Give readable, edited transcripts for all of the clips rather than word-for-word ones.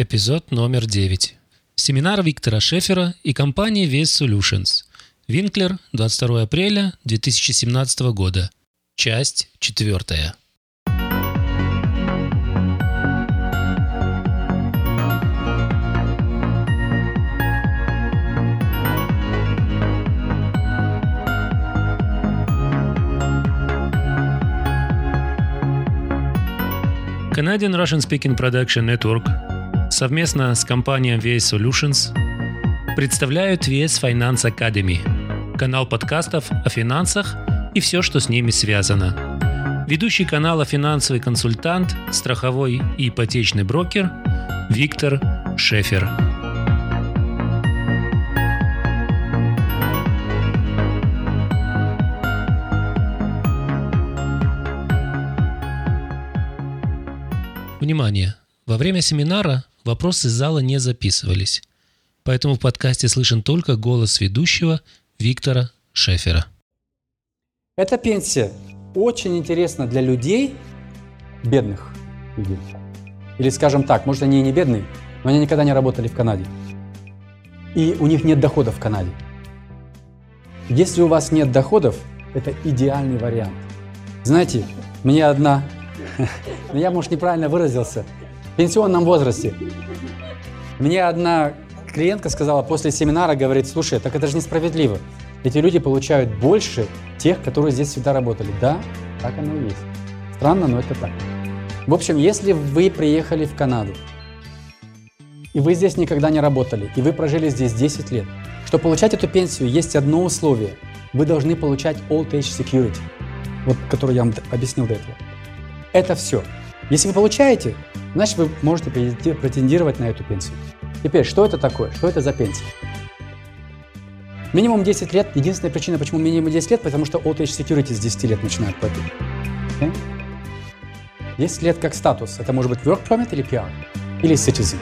Эпизод номер 9. Семинар Виктора Шефера и компании Waze Solutions. Винклер, 22 апреля 2017 года. Часть 4. Canadian Russian Speaking Production Network совместно с компанией Waze Solutions представляют Waze Finance Academy, канал подкастов о финансах и все, что с ними связано. Ведущий канала финансовый консультант, страховой и ипотечный брокер Виктор Шефер. Внимание! Во время семинара вопросы из зала не записывались, поэтому в подкасте слышен только голос ведущего Виктора Шефера. Эта пенсия очень интересна для людей, бедных людей. Или, скажем так, может, они и не бедные, но они никогда не работали в Канаде. И у них нет доходов в Канаде. Если у вас нет доходов, это идеальный вариант. Знаете, мне одна... Я, может, неправильно выразился. В пенсионном возрасте. Мне одна клиентка сказала после семинара, говорит, слушай, так это же несправедливо. Эти люди получают больше тех, которые здесь всегда работали. Да, так оно и есть. Странно, но это так. В общем, если вы приехали в Канаду, и вы здесь никогда не работали, и вы прожили здесь 10 лет, чтобы получать эту пенсию, есть одно условие. Вы должны получать Old Age Security, вот, который я вам объяснил до этого. Это все. Если вы получаете, значит, вы можете претендировать на эту пенсию. Теперь, что это такое? Что это за пенсия? Минимум 10 лет. Единственная причина, почему минимум 10 лет, потому что Old Age Security с 10 лет начинают платить. Okay? 10 лет как статус. Это может быть Work Permit или PR, или Citizen.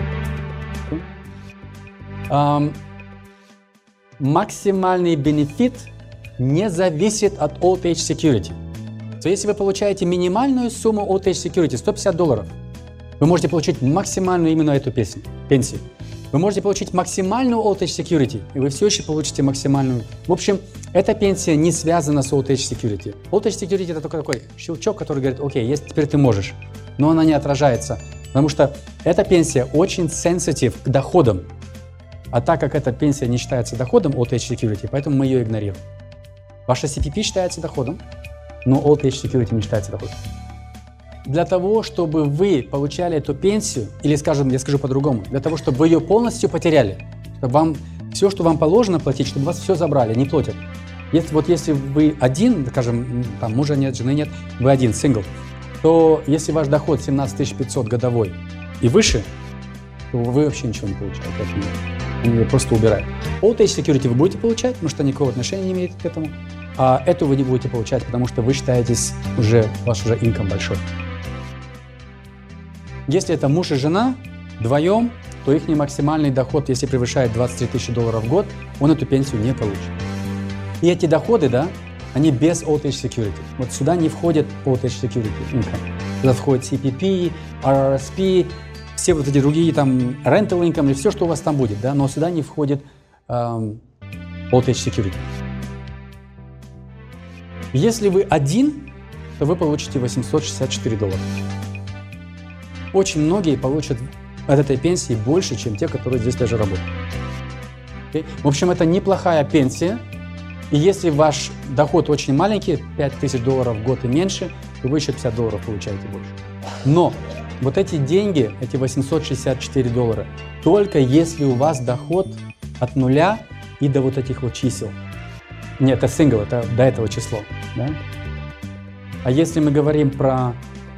Okay? Максимальный бенефит не зависит от Old Age Security. То если вы получаете минимальную сумму Old Age Security, $150, вы можете получить максимальную именно эту пенсию. Вы можете получить максимальную Old Age Security, и вы все еще получите максимальную. В общем, эта пенсия не связана с Old Age Security. Old Age Security – это только такой щелчок, который говорит, окей, есть, теперь ты можешь. Но она не отражается, потому что эта пенсия очень sensitive к доходам. А так как эта пенсия не считается доходом Old Age Security, поэтому мы ее игнорируем. Ваша CPP считается доходом, но Old Age Security не считается доходом. Для того, чтобы вы получали эту пенсию, или, скажем, я скажу по-другому, для того, чтобы вы ее полностью потеряли, чтобы вам все, что вам положено платить, чтобы вас все забрали, не платят. Если вы один, скажем, там мужа нет, жены нет, вы один, сингл, то если ваш доход 17 500 годовой и выше, то вы вообще ничего не получаете. Они его просто убирают. Old Age Security вы будете получать, потому что никакого отношения не имеет к этому. А эту вы не будете получать, потому что вы считаетесь ваш уже инком большой. Если это муж и жена вдвоем, то их максимальный доход, если превышает $23 000 в год, он эту пенсию не получит. И эти доходы, да, они без Old Age Security. Вот сюда не входит Old Age Security income. Сюда входит CPP, RRSP, все вот эти другие там rental income, и все, что у вас там будет, да, но сюда не входит Old Age Security. Если вы один, то вы получите $864. Очень многие получат от этой пенсии больше, чем те, которые здесь даже работают. Okay? В общем, это неплохая пенсия. И если ваш доход очень маленький, $5000 в год и меньше, то вы еще $50 получаете больше. Но вот эти деньги, эти $864, только если у вас доход от нуля и до вот этих вот чисел. Нет, это сингл, это до этого число. Да? А если мы говорим про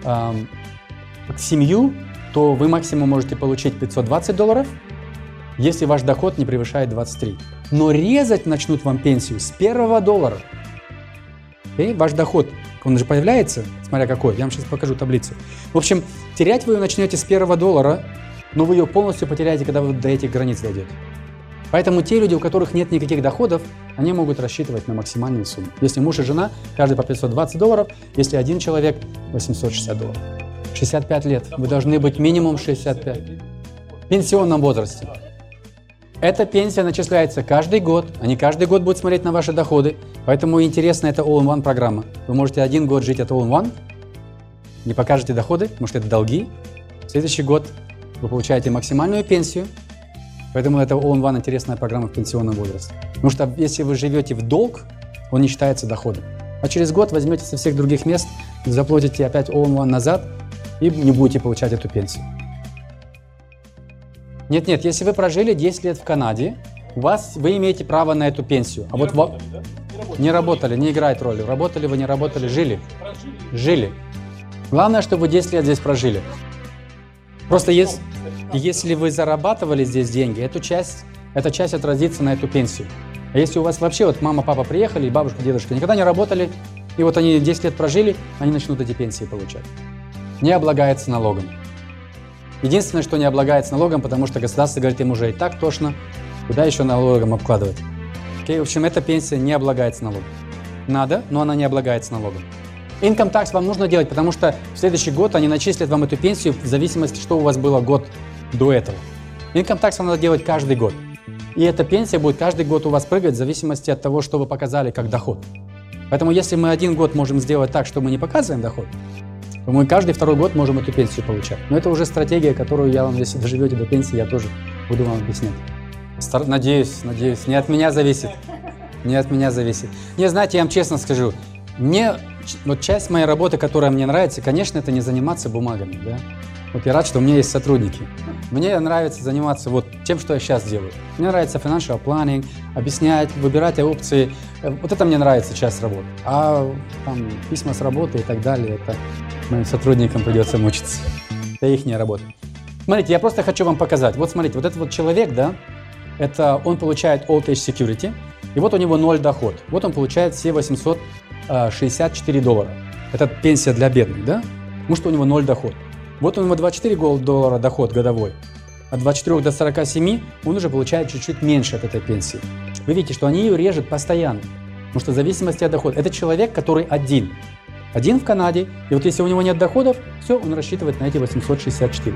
семью, то вы максимум можете получить $520, если ваш доход не превышает 23. Но резать начнут вам пенсию с $1. Okay? Ваш доход, он же появляется, смотря какой, я вам сейчас покажу таблицу. В общем, терять вы ее начнете с $1, но вы ее полностью потеряете, когда вы до этих границ дойдете. Поэтому те люди, у которых нет никаких доходов, они могут рассчитывать на максимальную сумму. Если муж и жена, каждый по $520, если один человек, $860. 65 лет. Вы должны быть минимум 65. В пенсионном возрасте. Эта пенсия начисляется каждый год. Они каждый год будут смотреть на ваши доходы. Поэтому интересна эта All-in-One программа. Вы можете 1 год жить от All-in-One, не покажете доходы, потому что это долги. В следующий год вы получаете максимальную пенсию. Поэтому это All-in-One интересная программа в пенсионном возрасте. Потому что если вы живете в долг, он не считается доходом. А через год возьмете со всех других мест, заплатите опять All-in-One назад и не будете получать эту пенсию. Нет, если вы прожили 10 лет в Канаде, вы имеете право на эту пенсию. А не работали, не играет роли. Работали вы, не работали, жили. Жили. Главное, чтобы вы 10 лет здесь прожили. Просто если вы зарабатывали здесь деньги, эта часть отразится на эту пенсию. А если у вас вообще вот мама, папа приехали, и бабушка, дедушка никогда не работали, и вот они 10 лет прожили, они начнут эти пенсии получать. Не облагается налогом. Единственное, что не облагается налогом, потому что государство говорит, им уже и так тошно, куда еще налогом обкладывать. В общем, эта пенсия не облагается налогом. Надо, но она не облагается налогом. Income tax вам нужно делать, потому что в следующий год они начислят вам эту пенсию в зависимости, что у вас было год до этого. Income tax вам надо делать каждый год. И эта пенсия будет каждый год у вас прыгать в зависимости от того, что вы показали как доход. Поэтому если мы 1 год можем сделать так, что мы не показываем доход, то мы каждый 2-й год можем эту пенсию получать. Но это уже стратегия, которую я вам, если доживете до пенсии, я тоже буду вам объяснять. Надеюсь, не от меня зависит. Не от меня зависит. Не, знаете, я вам честно скажу, вот часть моей работы, которая мне нравится, конечно, это не заниматься бумагами, да? Вот я рад, что у меня есть сотрудники. Мне нравится заниматься вот тем, что я сейчас делаю. Мне нравится financial planning, объяснять, выбирать опции. Вот это мне нравится часть работы. А там письма с работы и так далее, это моим сотрудникам придется мучиться. Это их работа. Смотрите, я просто хочу вам показать. Вот смотрите, вот этот вот человек, да, он получает Old Age Security, и вот у него 0 доход. Вот он получает все $864. Это пенсия для бедных, да? Потому что у него 0 доход. Вот у него $24 доход годовой. От 24 до 47 он уже получает чуть-чуть меньше от этой пенсии. Вы видите, что они ее режут постоянно. Потому что в зависимости от дохода. Это человек, который один в Канаде. И вот если у него нет доходов, все, он рассчитывает на эти 864.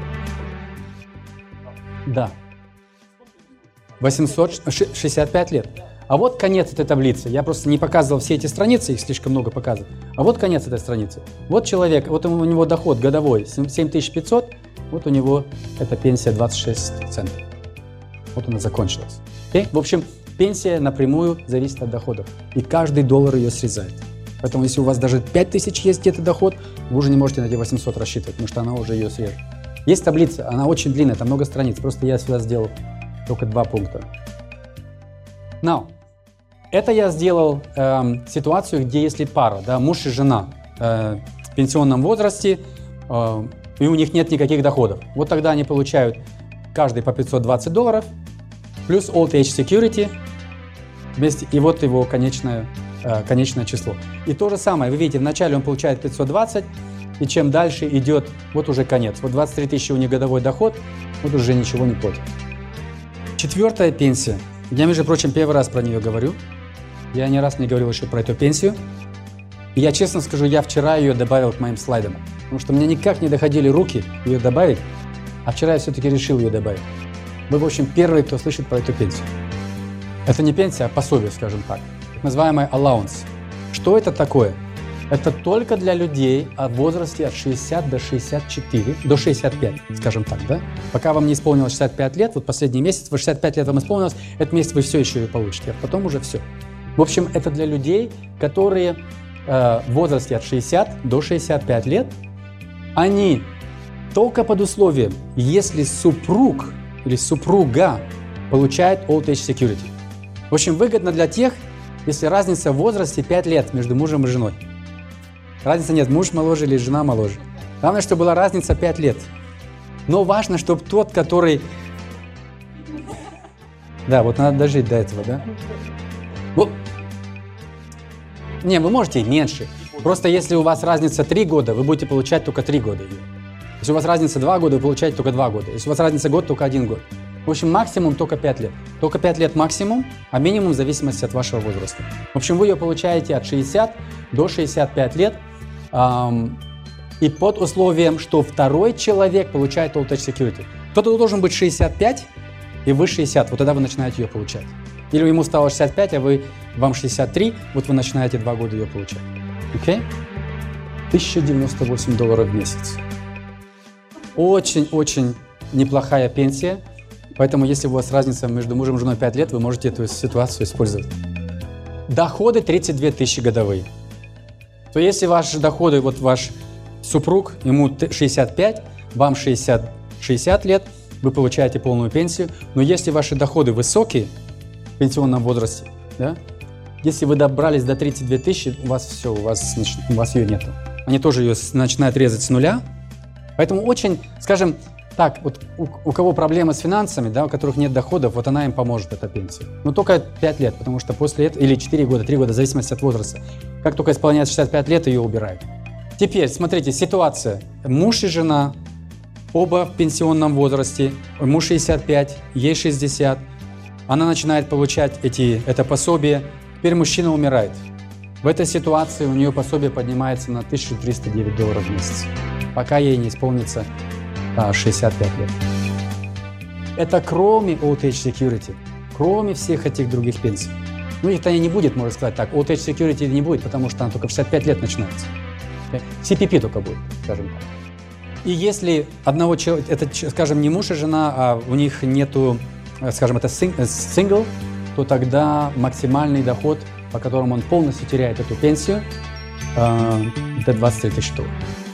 Да. 865 лет. А вот конец этой таблицы. Я просто не показывал все эти страницы, их слишком много показывать. А вот конец этой страницы. Вот человек, вот у него доход годовой 7500, вот у него эта пенсия 26 центов. Вот она закончилась. Okay? В общем, пенсия напрямую зависит от доходов. И каждый доллар ее срезает. Поэтому если у вас даже 5000 есть где-то доход, вы уже не можете на эти 800 рассчитывать, потому что она уже ее срежет. Есть таблица, она очень длинная, там много страниц. Просто я сюда сделал только 2 пункта. Now. Это я сделал ситуацию, где если пара, да, муж и жена в пенсионном возрасте, и у них нет никаких доходов. Вот тогда они получают каждый по $520, плюс Old Age Security, вместе, и вот его конечное число. И то же самое, вы видите, вначале он получает 520, и чем дальше идет, вот уже конец. Вот 23 тысячи у них годовой доход, вот уже ничего не платит. 4-я пенсия. Я, между прочим, 1-й раз про нее говорю. Я ни раз не говорил еще про эту пенсию. И я честно скажу, я вчера ее добавил к моим слайдам. Потому что мне никак не доходили руки ее добавить. А вчера я все-таки решил ее добавить. Вы, в общем, первые, кто слышит про эту пенсию. Это не пенсия, а пособие, скажем так. Так называемый allowance. Что это такое? Это только для людей в возрасте от 60 до 64, до 65, скажем так, да? Пока вам не исполнилось 65 лет, вот последний месяц, вы 65 лет вам исполнилось, этот месяц вы все еще ее получите, а потом уже все. В общем, это для людей, которые в возрасте от 60 до 65 лет, они только под условием, если супруг или супруга получает Old Age Security. В общем, выгодно для тех, если разница в возрасте 5 лет между мужем и женой. Разницы нет, муж моложе или жена моложе. Главное, чтобы была разница 5 лет. Но важно, чтобы тот, который... Да, вот надо дожить до этого, да? Вот. Не, вы можете и меньше. Просто если у вас разница 3 года, вы будете получать только 3 года ее. Если у вас разница 2 года, вы получаете только 2 года. Если у вас разница год, только 1 год. В общем, максимум только 5 лет. Только 5 лет максимум, а минимум в зависимости от вашего возраста. В общем, вы ее получаете от 60 до 65 лет. И под условием, что второй человек получает Old Age Security. Кто-то должен быть 65, и вы 60, вот тогда вы начинаете ее получать. Или ему стало 65, а вам 63, вот вы начинаете 2 года ее получать. Окей? $1098 в месяц. Очень-очень неплохая пенсия, поэтому если у вас разница между мужем и женой 5 лет, вы можете эту ситуацию использовать. Доходы 32 тысячи годовые. То если ваши доходы, вот ваш супруг, ему 65, вам 60 лет, вы получаете полную пенсию, но если ваши доходы высокие в пенсионном возрасте, да, если вы добрались до 32 тысячи, у вас все, у вас ее нету. Они тоже ее начинают резать с нуля. Поэтому очень, скажем так, вот у кого проблемы с финансами, да, у которых нет доходов, вот она им поможет, эта пенсия. Но только 5 лет, потому что после этого, или 4 года, 3 года, в зависимости от возраста. Как только исполняется 65 лет, ее убирают. Теперь, смотрите, ситуация. Муж и жена, оба в пенсионном возрасте, муж 65, ей 60. Она начинает получать это пособие, теперь мужчина умирает. В этой ситуации у нее пособие поднимается на $1309 в месяц, пока ей не исполнится 65 лет. Это кроме Old Age Security, кроме всех этих других пенсий. Ну, их-то и не будет, можно сказать так. Old Age Security не будет, потому что она только в 65 лет начинается. CPP только будет, скажем так. И если одного человека, это, скажем, не муж и жена, а у них нету, скажем, это сингл, то тогда максимальный доход, по которому он полностью теряет эту пенсию, это 23 тысячи долларов.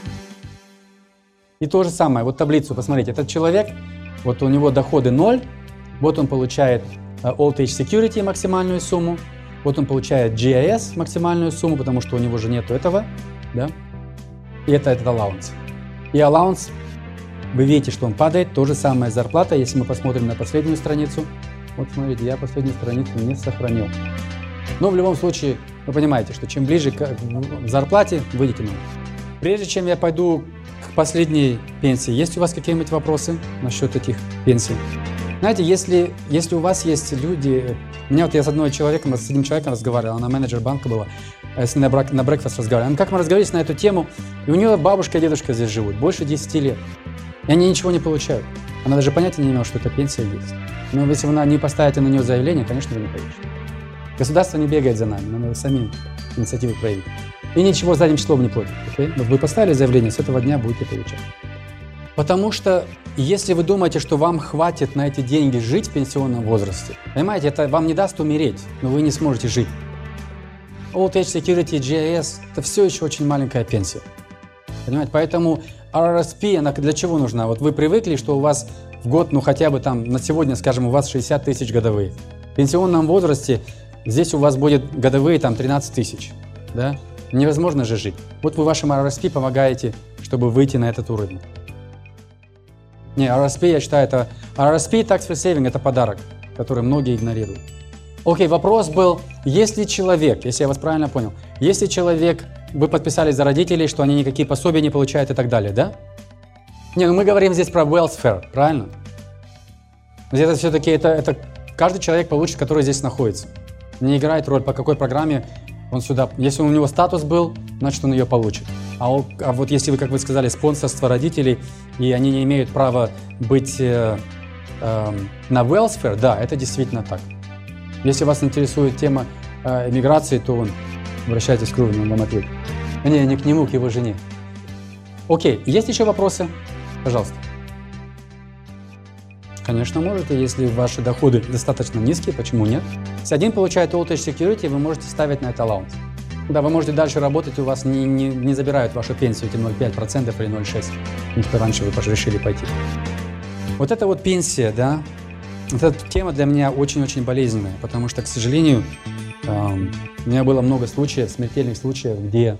И то же самое, вот таблицу, посмотрите, этот человек, вот у него доходы 0, вот он получает Old Age Security максимальную сумму, вот он получает GIS максимальную сумму, потому что у него же нету этого, да, и это allowance. И allowance, вы видите, что он падает, то же самое зарплата, если мы посмотрим на последнюю страницу, вот смотрите, я последнюю страницу не сохранил. Но в любом случае, вы понимаете, что чем ближе к зарплате, выйдете на. Прежде чем я пойду к последней пенсии, есть у вас какие-нибудь вопросы насчет этих пенсий? Знаете, если у вас есть люди... Я с одним человеком разговаривал, она менеджер банка была, с ней на брекфаст разговаривали. Как мы разговаривали на эту тему, и у нее бабушка и дедушка здесь живут, больше 10 лет, и они ничего не получают. Она даже понятия не имела, что эта пенсия есть. Но если вы не поставите на нее заявление, конечно, вы не получите. Государство не бегает за нами, надо самим инициативу проявить. И ничего задним числом не платит. Okay? Но вы поставили заявление, с этого дня будете получать. Потому что если вы думаете, что вам хватит на эти деньги жить в пенсионном возрасте, понимаете, это вам не даст умереть, но вы не сможете жить. Old Age Security, GIS – это все еще очень маленькая пенсия. Понимаете, поэтому RRSP, она для чего нужна? Вот вы привыкли, что у вас в год, хотя бы там на сегодня, скажем, у вас 60 тысяч годовые. В пенсионном возрасте здесь у вас будет годовые там 13 тысяч, да? Невозможно же жить. Вот вы вашим RRSP помогаете, чтобы выйти на этот уровень. Не, RRSP, я считаю, это... RRSP Tax Free Saving – это подарок, который многие игнорируют. Окей, вопрос был, если человек, если я вас правильно понял, если человек, вы подписались за родителей, что они никакие пособия не получают и так далее, да? Не, мы говорим здесь про welfare, правильно? Это все-таки это каждый человек получит, который здесь находится. Не играет роль, по какой программе он сюда... Если у него статус был, значит, он ее получит. А вот если вы, как вы сказали, спонсорство родителей, и они не имеют права быть на welfare, да, это действительно так. Если вас интересует тема эмиграции, то обращайтесь к Рувену, он вам ответит. Не к нему, к его жене. Окей, есть еще вопросы? Пожалуйста. Конечно, можете, если ваши доходы достаточно низкие, почему нет? Если один получает Old Age Security, вы можете ставить на это allowance. Да, вы можете дальше работать, у вас не забирают вашу пенсию, эти 0,5% или 0,6%, если раньше вы решили пойти. Вот эта вот пенсия, да, эта тема для меня очень-очень болезненная, потому что, к сожалению, у меня было много случаев, смертельных случаев, где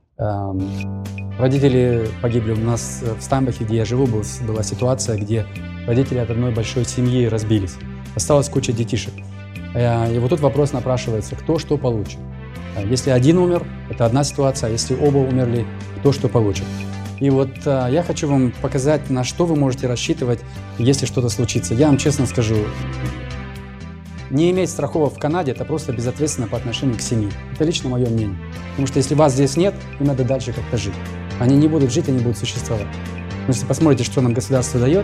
родители погибли. У нас в Стамбахе, где я живу, была ситуация, где родители от одной большой семьи разбились. Осталась куча детишек. И вот тут вопрос напрашивается, кто что получит. Если один умер, это одна ситуация, а если оба умерли, кто что получит. И вот я хочу вам показать, на что вы можете рассчитывать, если что-то случится. Я вам честно скажу, не иметь страховок в Канаде – это просто безответственно по отношению к семье. Это лично мое мнение. Потому что если вас здесь нет, им надо дальше как-то жить. Они не будут жить, они будут существовать. Но если посмотрите, что нам государство дает,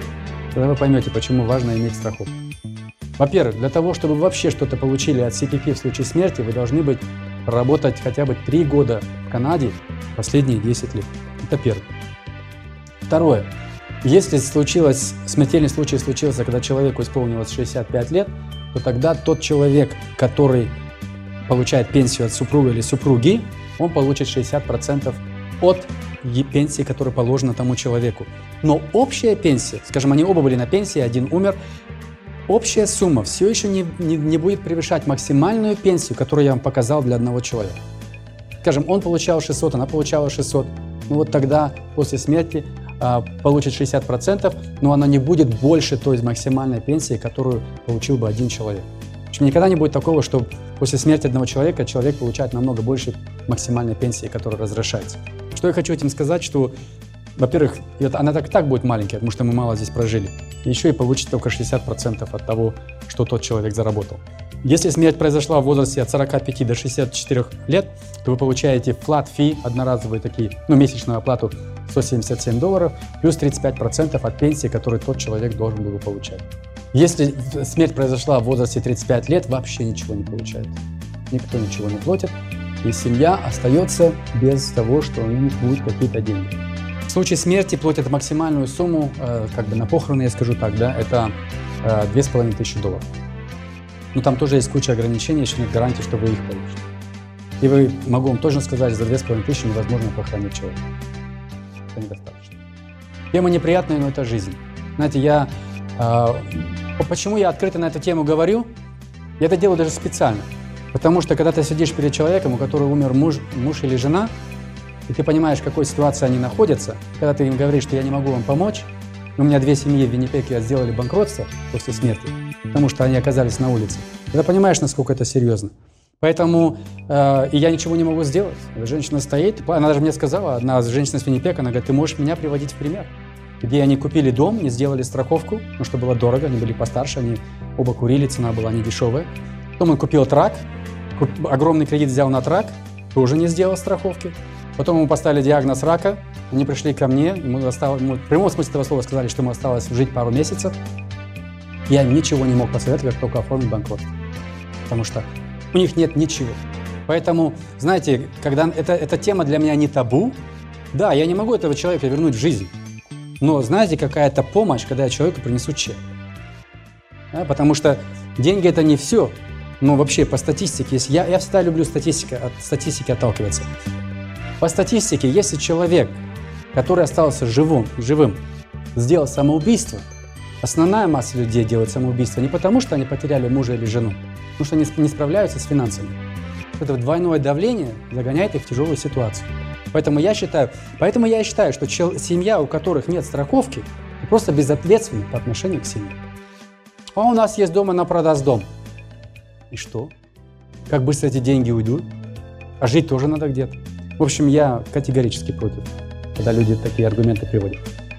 Тогда вы поймете, почему важно иметь страховку. Во-первых, для того, чтобы вы вообще что-то получили от CPP в случае смерти, вы должны проработать хотя бы 3 года в Канаде последние 10 лет. Это первое. Второе. Если смертельный случай случился, когда человеку исполнилось 65 лет, то тогда тот человек, который получает пенсию от супруга или супруги, он получит 60% от пенсии, которая положена тому человеку. Но общая пенсия, скажем, они оба были на пенсии, один умер, общая сумма все еще не будет превышать максимальную пенсию, которую я вам показал для одного человека. Скажем, он получал 600, она получала 600. Ну вот тогда после смерти получит 60%, но она не будет больше той максимальной пенсии, которую получил бы один человек. В общем, никогда не будет такого, что после смерти одного человека человек получает намного больше максимальной пенсии, которая разрешается. Что я хочу этим сказать, что, во-первых, она так будет маленькая, потому что мы мало здесь прожили. Еще и получит только 60% от того, что тот человек заработал. Если смерть произошла в возрасте от 45 до 64 лет, то вы получаете flat fee, одноразовые такие, месячную оплату $177, плюс 35% от пенсии, которую тот человек должен был получать. Если смерть произошла в возрасте 35 лет, вообще ничего не получается. Никто ничего не платит, и семья остается без того, что у них будут какие-то деньги. В случае смерти платят максимальную сумму, на похороны, я скажу так, да, это $2500. Но там тоже есть куча ограничений, еще нет гарантии, что вы их получите. И могу вам точно сказать, за 2500 невозможно похоронить человека. Это недостаточно. Тема неприятная, но это жизнь. Знаете, почему я открыто на эту тему говорю? Я это делаю даже специально. Потому что когда ты сидишь перед человеком, у которого умер муж или жена, и ты понимаешь, в какой ситуации они находятся, когда ты им говоришь, что я не могу вам помочь, у меня 2 семьи в Виннипеге сделали банкротство после смерти, потому что они оказались на улице. Ты понимаешь, насколько это серьезно. Поэтому и я ничего не могу сделать. Женщина стоит, она даже мне сказала, одна женщина с Виннипега, она говорит, ты можешь меня приводить в пример. Где они купили дом, не сделали страховку, потому что было дорого, они были постарше, они оба курили, цена была не дешевая. Потом он купил трак, огромный кредит взял на трак, тоже не сделал страховки. Потом ему поставили диагноз рака, они пришли ко мне, ему в прямом смысле этого слова сказали, что ему осталось жить пару месяцев. Я ничего не мог посоветовать, как только оформить банкротство, потому что у них нет ничего. Поэтому, знаете, когда эта тема для меня не табу, да, я не могу этого человека вернуть в жизнь, но знаете, какая-то помощь, когда я человеку принесу чек. Да, потому что деньги – это не все, но вообще по статистике, я всегда люблю от статистики отталкиваться. По статистике, если человек, который остался живым, сделал самоубийство, основная масса людей делает самоубийство не потому, что они потеряли мужа или жену, потому что они не справляются с финансами. Это двойное давление загоняет их в тяжелую ситуацию. Поэтому я считаю, что семья, у которых нет страховки, просто безответственна по отношению к семье. А у нас есть дом, она продаст дом. И что? Как быстро эти деньги уйдут? А жить тоже надо где-то. В общем, я категорически против, когда люди такие аргументы приводят.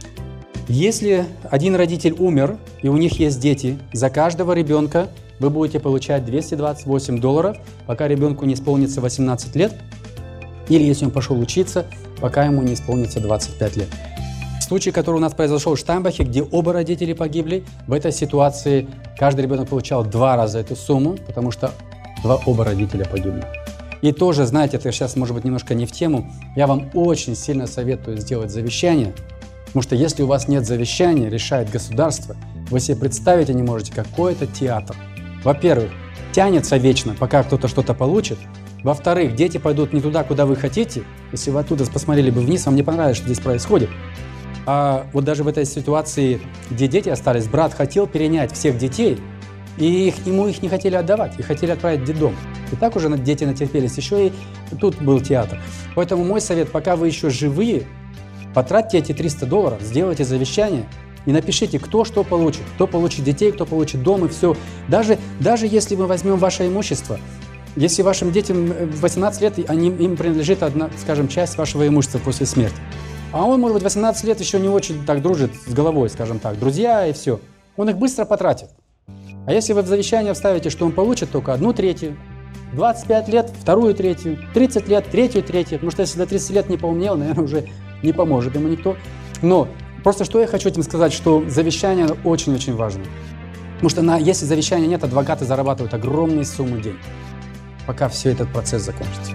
Если один родитель умер, и у них есть дети, за каждого ребенка вы будете получать $228, пока ребенку не исполнится 18 лет, или если он пошел учиться, пока ему не исполнится 25 лет. Случай, который у нас произошел в Штайнбахе, где оба родителя погибли, в этой ситуации каждый ребенок получал 2 раза эту сумму, потому что оба родителя погибли. И тоже, знаете, это сейчас может быть немножко не в тему, я вам очень сильно советую сделать завещание, потому что если у вас нет завещания, решает государство, вы себе представить не можете, какой это театр. Во-первых, тянется вечно, пока кто-то что-то получит. Во-вторых, дети пойдут не туда, куда вы хотите. Если вы оттуда посмотрели бы вниз, вам не понравилось, что здесь происходит. А вот даже в этой ситуации, где дети остались, брат хотел перенять всех детей, и ему их не хотели отдавать, их хотели отправить в детдом. И так уже дети натерпелись, еще и тут был театр. Поэтому мой совет, пока вы еще живые, потратьте эти $300, сделайте завещание и напишите, кто что получит. Кто получит детей, кто получит дом и все. Даже если мы возьмем ваше имущество, если вашим детям 18 лет, им принадлежит одна, скажем, часть вашего имущества после смерти, а он, может быть, 18 лет еще не очень так дружит с головой, скажем так, друзья и все, он их быстро потратит. А если вы в завещание вставите, что он получит только 1/3, 25 лет, 2/3, 30 лет, 3/3, потому что если до 30 лет не поумнел, наверное, уже не поможет ему никто. Но Просто что я хочу этим сказать, что завещание очень-очень важно. Потому что если завещания нет, адвокаты зарабатывают огромные суммы денег, пока все этот процесс закончится.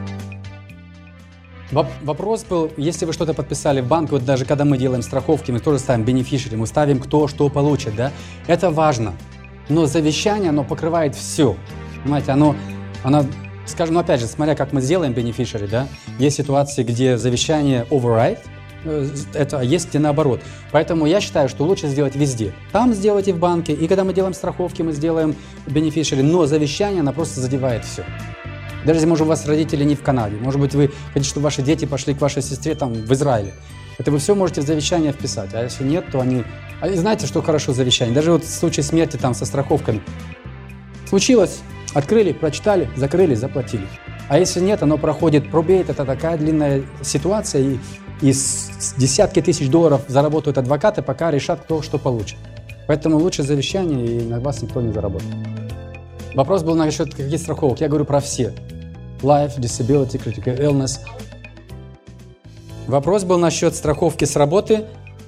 Вопрос был, если вы что-то подписали в банке, вот даже когда мы делаем страховки, мы тоже ставим beneficiary, мы ставим кто что получит, да? Это важно. Но завещание, оно покрывает все. Понимаете, оно, скажем, ну опять же, смотря как мы сделаем beneficiary, да? Есть ситуации, где завещание override, это есть и наоборот. Поэтому я считаю, что лучше сделать везде. Там сделайте в банке, и когда мы делаем страховки, мы сделаем beneficiary, но завещание, оно просто задевает все. Даже если, может, у вас родители не в Канаде, может быть, вы хотите, чтобы ваши дети пошли к вашей сестре там в Израиле. Это вы все можете в завещание вписать, а если нет, то они... А знаете, что хорошо в завещании? Даже вот в случае смерти там со страховками. Случилось, открыли, прочитали, закрыли, заплатили. А если нет, оно проходит пробейт, это такая длинная ситуация, и с десятки тысяч долларов заработают адвокаты, пока решат, кто что получит. Поэтому лучше завещание, и на вас никто не заработает. Вопрос был насчет каких страховок. Я говорю про все. Life, disability, critical illness. Вопрос был насчет страховки с работы.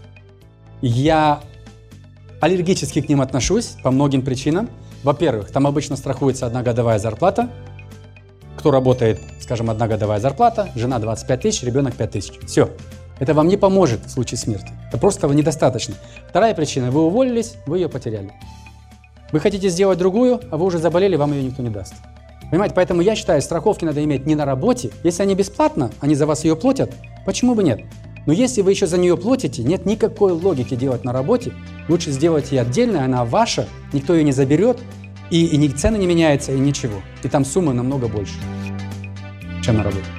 Я аллергически к ним отношусь по многим причинам. Во-первых, там обычно страхуется 1 годовая зарплата. Кто работает, скажем, 1 годовая зарплата, жена 25 тысяч, ребенок 5 тысяч. Все. Это вам не поможет в случае смерти. Это просто недостаточно. Вторая причина. Вы уволились, вы ее потеряли. Вы хотите сделать другую, а вы уже заболели, вам ее никто не даст. Понимаете, поэтому я считаю, страховки надо иметь не на работе. Если они бесплатно, они за вас ее платят, почему бы нет? Но если вы еще за нее платите, нет никакой логики делать на работе. Лучше сделать ее отдельно, она ваша, никто ее не заберет, и цены не меняются, и ничего. И там суммы намного больше, чем на работе.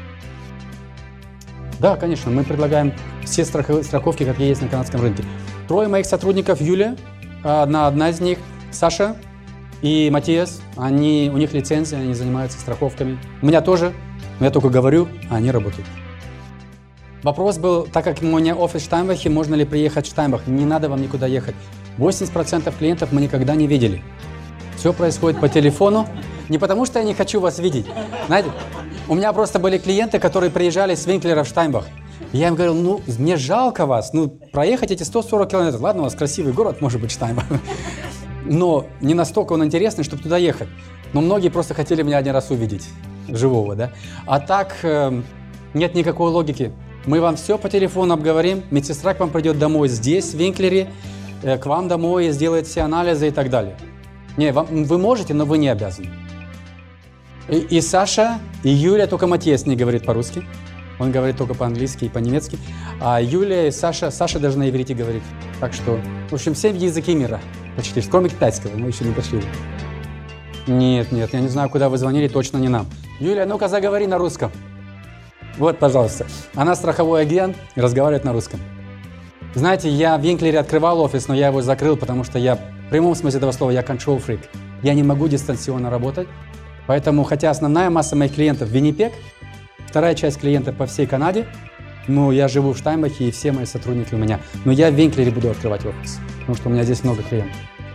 Да, конечно, мы предлагаем все страховки, какие есть на канадском рынке. 3 моих сотрудников, Юлия, одна из них, Саша и Матиас, у них лицензия, они занимаются страховками. У меня тоже, но я только говорю, а они работают. Вопрос был, так как у меня офис в Штайнбахе, можно ли приехать в Штайнбах? Не надо вам никуда ехать. 80% клиентов мы никогда не видели. Все происходит по телефону. Не потому, что я не хочу вас видеть. Знаете, у меня просто были клиенты, которые приезжали с Винклера в Штайнбах. Я им говорил, ну, мне жалко вас, проехать эти 140 километров. Ладно, у вас красивый город, может быть, Штайнбах. Но не настолько он интересный, чтобы туда ехать. Но многие просто хотели меня один раз увидеть, живого, да. А так нет никакой логики. Мы вам все по телефону обговорим, медсестра к вам придет домой здесь, в Винклере, к вам домой сделает все анализы и так далее. Не, вы можете, но вы не обязаны. И Саша, и Юлия, только Матиас не говорит по-русски. Он говорит только по-английски и по-немецки. А Юлия и Саша даже на иврите говорит. Так что, в общем, все языки мира. Почти, кроме китайского, мы еще не дошли. Нет, я не знаю, куда вы звонили, точно не нам. Юлия, ну-ка заговори на русском. Вот, пожалуйста. Она страховой агент и разговаривает на русском. Знаете, я в Винклере открывал офис, но я его закрыл, потому что я, в прямом смысле этого слова, я control freak. Я не могу дистанционно работать. Поэтому, хотя основная масса моих клиентов в Виннипег, вторая часть клиентов по всей Канаде, но я живу в Штайнбахе, и все мои сотрудники у меня. Но я в Винклере буду открывать офис, потому что у меня здесь много клиентов.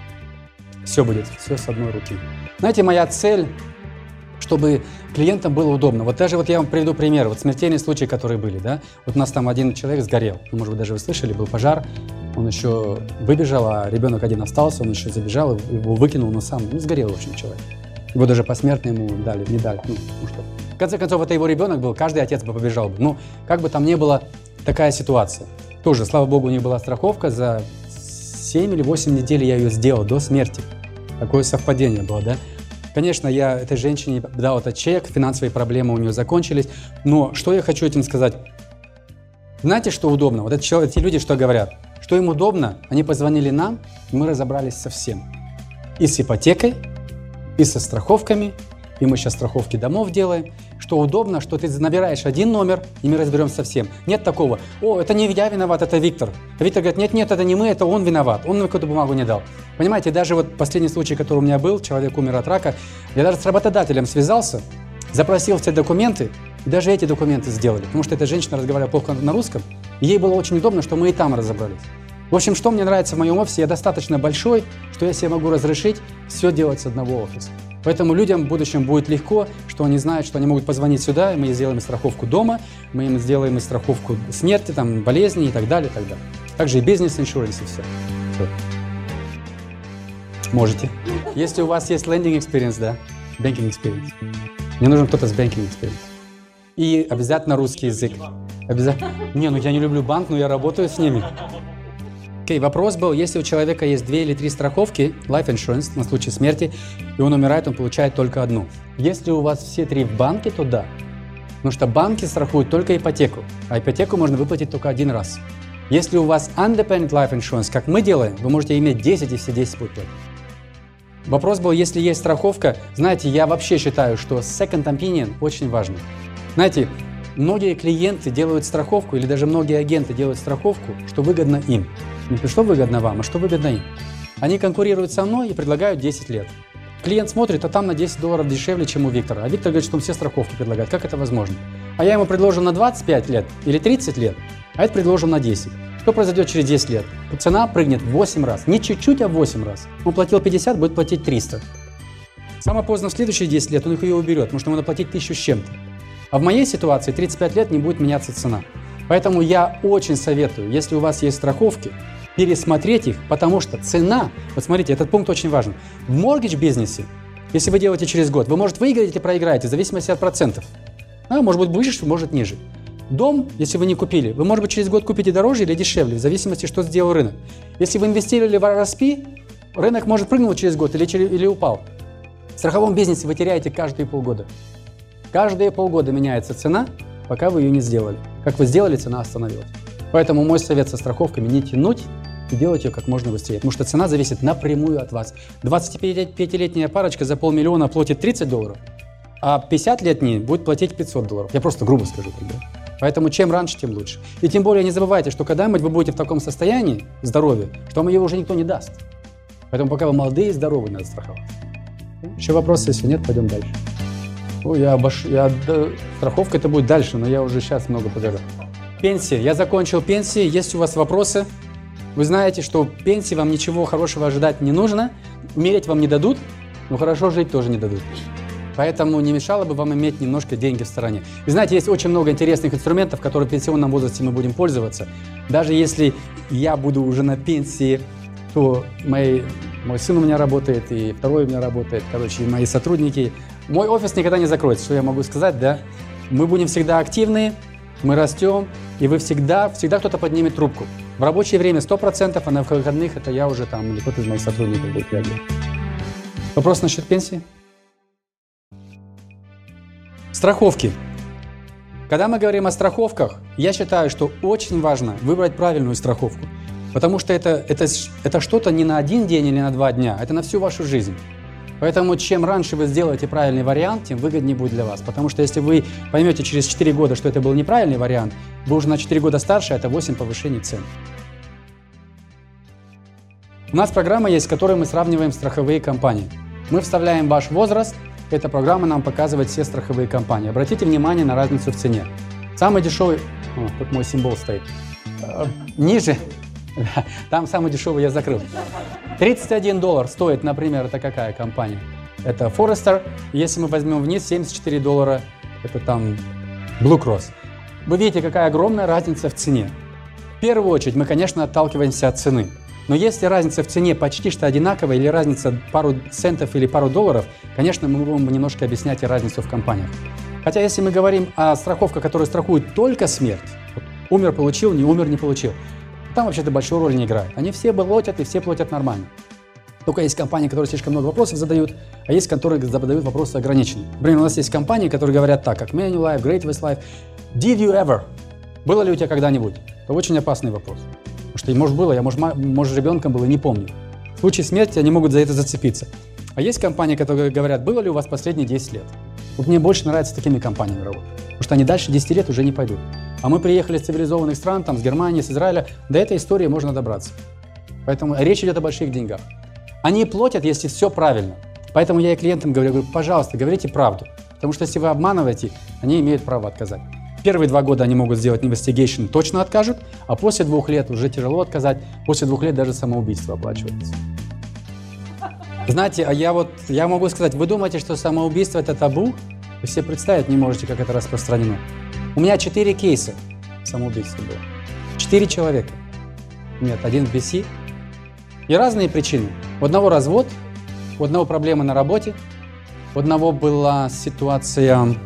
Все будет, все с одной руки. Знаете, моя цель, чтобы клиентам было удобно. Вот даже я вам приведу пример. Вот смертельные случаи, которые были, да. Вот у нас там один человек сгорел. Может быть, даже вы слышали, был пожар. Он еще выбежал, а ребенок один остался, он еще забежал, его выкинул, но сам, сгорел, в общем, человек. Его даже посмертно ему дали, не дали. Что. В конце концов, это его ребенок был, каждый отец бы побежал бы. Но как бы там ни была такая ситуация. Тоже, слава богу, у них была страховка, за 7 или 8 недель я ее сделал до смерти. Такое совпадение было, да. Конечно, я этой женщине дал этот чек, финансовые проблемы у нее закончились. Но что я хочу этим сказать? Знаете, что удобно? Вот эти люди что говорят? Что им удобно? Они позвонили нам, и мы разобрались со всем. И с ипотекой, и со страховками, и мы сейчас страховки домов делаем. Что удобно, что ты набираешь один номер, и мы разберемся со всем. Нет такого, это не я виноват, это Виктор. А Виктор говорит, нет, это не мы, это он виноват, он мне какую-то бумагу не дал. Понимаете, даже вот последний случай, который у меня был, человек умер от рака, я даже с работодателем связался, запросил все документы, и даже эти документы сделали, потому что эта женщина разговаривала плохо на русском, и ей было очень удобно, что мы и там разобрались. В общем, что мне нравится в моем офисе, я достаточно большой, что я себе могу разрешить все делать с одного офиса. Поэтому людям в будущем будет легко, что они знают, что они могут позвонить сюда, и мы сделаем страховку дома, мы им сделаем страховку смерти, болезни и так далее, и так далее. Также и бизнес-иншуранс, и все. Можете. Если у вас есть lending experience, да, banking experience. Мне нужен кто-то с banking experience. И обязательно русский язык. Обязательно. Не, ну я не люблю банк, но я работаю с ними. Окей, вопрос был, если у человека есть 2 или 3 страховки, life insurance, на случай смерти, и он умирает, он получает только одну. Если у вас все 3 в банке, то да. Потому что банки страхуют только ипотеку, а ипотеку можно выплатить только 1 раз. Если у вас independent life insurance, как мы делаем, вы можете иметь 10 и все 10 будут платить. Вопрос был, если есть страховка, знаете, я вообще считаю, что second opinion очень важно. Знаете, многие клиенты делают страховку, или даже многие агенты делают страховку, что выгодно им. Не что выгодно вам, а что выгодно им. Они конкурируют со мной и предлагают 10 лет. Клиент смотрит, а там на $10 дешевле, чем у Виктора. А Виктор говорит, что он все страховки предлагает. Как это возможно? А я ему предложил на 25 лет или 30 лет, а это предложил на 10. Что произойдет через 10 лет? Цена прыгнет в 8 раз. Не чуть-чуть, а в 8 раз. Он платил 50, будет платить 300. Самое поздно в следующие 10 лет он их ее уберет, потому что ему надо платить 1000 с чем-то. А в моей ситуации 35 лет не будет меняться цена. Поэтому я очень советую, если у вас есть страховки, пересмотреть их, потому что цена, вот смотрите, этот пункт очень важен. В mortgage-бизнесе, если вы делаете через год, вы, может, выиграете или проиграете, в зависимости от процентов. Может быть, выше, может, ниже. Дом, если вы не купили, вы, может быть, через год купите дороже или дешевле, в зависимости, что сделал рынок. Если вы инвестировали в RSP, рынок может прыгнуть через год или упал. В страховом бизнесе вы теряете каждые полгода. Каждые полгода меняется цена, пока вы ее не сделали. Как вы сделали, цена остановилась. Поэтому мой совет со страховками – не тянуть и делать ее как можно быстрее. Потому что цена зависит напрямую от вас. 25-летняя парочка за $500 000 платит $30, а 50-летний будет платить $500. Я просто грубо скажу тогда. Поэтому чем раньше, тем лучше. И тем более не забывайте, что когда-нибудь вы будете в таком состоянии здоровья, что вам ее уже никто не даст. Поэтому пока вы молодые и здоровые, надо страховать. Еще вопросы? Если нет, пойдем дальше. Страховка это будет дальше, но я уже сейчас много поговорил. Пенсия. Я закончил пенсии. Есть у вас вопросы? Вы знаете, что пенсии вам ничего хорошего ожидать не нужно. Умереть вам не дадут, но хорошо жить тоже не дадут. Поэтому не мешало бы вам иметь немножко деньги в стороне. И знаете, есть очень много интересных инструментов, которые в пенсионном возрасте мы будем пользоваться. Даже если я буду уже на пенсии, то мой сын у меня работает, и второй у меня работает, и мои сотрудники. Мой офис никогда не закроется, что я могу сказать, да? Мы будем всегда активны, мы растем, и вы всегда кто-то поднимет трубку. В рабочее время 100%, а на выходных это я уже там, или кто-то из моих сотрудников будет реагировать. Вопрос насчет пенсии? Страховки. Когда мы говорим о страховках, я считаю, что очень важно выбрать правильную страховку. Потому что это что-то не на 1 день или на 2 дня, это на всю вашу жизнь. Поэтому чем раньше вы сделаете правильный вариант, тем выгоднее будет для вас. Потому что если вы поймете через 4 года, что это был неправильный вариант, вы уже на 4 года старше, это 8 повышений цен. У нас программа есть, с которой мы сравниваем страховые компании. Мы вставляем ваш возраст, эта программа нам показывает все страховые компании. Обратите внимание на разницу в цене. Самый дешевый, тут мой символ стоит, ниже, там самый дешевый я закрыл. $31 стоит, например, это какая компания? Это Forester. Если мы возьмем вниз, $74, это там Blue Cross. Вы видите, какая огромная разница в цене. В первую очередь мы, конечно, отталкиваемся от цены. Но если разница в цене почти что одинаковая, или разница пару центов или пару долларов, конечно, мы будем немножко объяснять и разницу в компаниях. Хотя если мы говорим о страховках, которые страхуют только смерть, умер, получил, не умер, не получил, там вообще-то большую роль не играет. Они все платят и все платят нормально. Только есть компании, которые слишком много вопросов задают, а есть, которые задают вопросы ограниченные. Например, у нас есть компании, которые говорят так, как Manulife, Great-West Life. Did you ever? Было ли у тебя когда-нибудь? Это очень опасный вопрос. Потому что, может, было, я, может, ребенком был и не помню. В случае смерти они могут за это зацепиться. А есть компании, которые говорят, было ли у вас последние 10 лет? Вот мне больше нравится с такими компаниями работать. Потому что они дальше 10 лет уже не пойдут. А мы приехали с цивилизованных стран, там, с Германии, с Израиля, до этой истории можно добраться. Поэтому речь идет о больших деньгах. Они платят, если все правильно. Поэтому я и клиентам говорю, пожалуйста, говорите правду. Потому что если вы обманываете, они имеют право отказать. Первые 2 года они могут сделать investigation, точно откажут, а после 2 лет уже тяжело отказать, после 2 лет даже самоубийство оплачивается. Знаете, я могу сказать, вы думаете, что самоубийство это табу? Вы себе представить не можете, как это распространено. У меня 4 кейса самоубийства было. 4 человека. Нет, один в BC. И разные причины. У одного развод, у одного проблемы на работе, у одного была ситуация,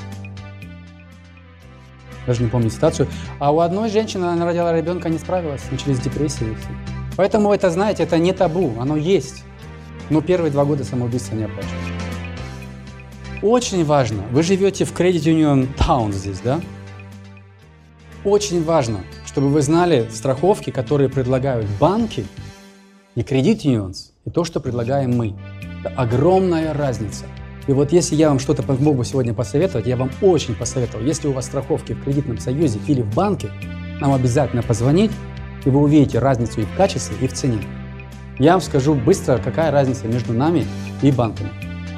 даже не помню ситуацию, а у одной женщины, она родила ребенка, не справилась, начались депрессии и все. Поэтому это, знаете, это не табу, оно есть. Но первые 2 года самоубийства не оплачивают. Очень важно, вы живете в Credit Union Town здесь, да? Очень важно, чтобы вы знали страховки, которые предлагают банки и Credit Unions, и то, что предлагаем мы. Это огромная разница. И вот если я вам что-то мог бы сегодня посоветовать, я вам очень посоветовал. Если у вас страховки в кредитном союзе или в банке, нам обязательно позвонить, и вы увидите разницу и в качестве, и в цене. Я вам скажу быстро, какая разница между нами и банками.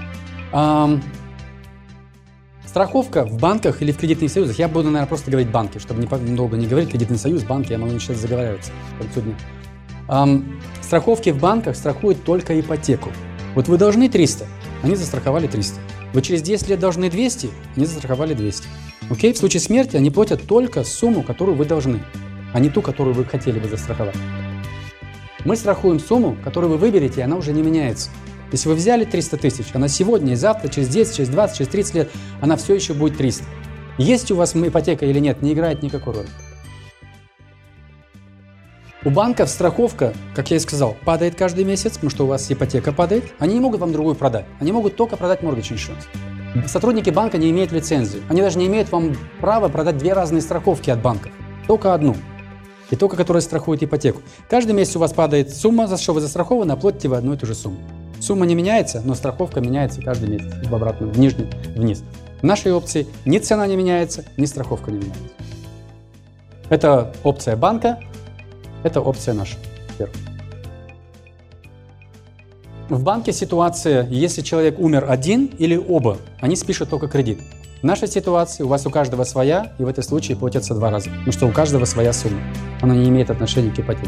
Страховка в банках или в кредитных союзах, я буду, наверное, просто говорить банки, чтобы долго не говорить, кредитный союз, банки, я могу сейчас заговариваться к концу дня. Страховки в банках страхуют только ипотеку. Вот вы должны 300, они застраховали 300. Вы через 10 лет должны 200, они застраховали 200. Окей? В случае смерти они платят только сумму, которую вы должны, а не ту, которую вы хотели бы застраховать. Мы страхуем сумму, которую вы выберете, и она уже не меняется. Если вы взяли 300 тысяч, она сегодня и завтра, через 10, через 20, через 30 лет, она все еще будет 300. Есть у вас ипотека или нет, не играет никакой роли. У банков страховка, как я и сказал, падает каждый месяц, потому что у вас ипотека падает. Они не могут вам другую продать. Они могут только продать mortgage insurance. Сотрудники банка не имеют лицензии. Они даже не имеют вам права продать 2 разные страховки от банков. Только одну. И только которая страхует ипотеку. Каждый месяц у вас падает сумма, за что вы застрахованы, оплатите вы одну и ту же сумму. Сумма не меняется, но страховка меняется каждый месяц в обратную, в нижний, вниз. В нашей опции ни цена не меняется, ни страховка не меняется. Это опция банка, это опция наша. В банке ситуация, если человек умер один или оба, они спишут только кредит. В нашей ситуации у вас у каждого своя, и в этом случае платится 2 раза, потому что у каждого своя сумма. Она не имеет отношения к ипотеке.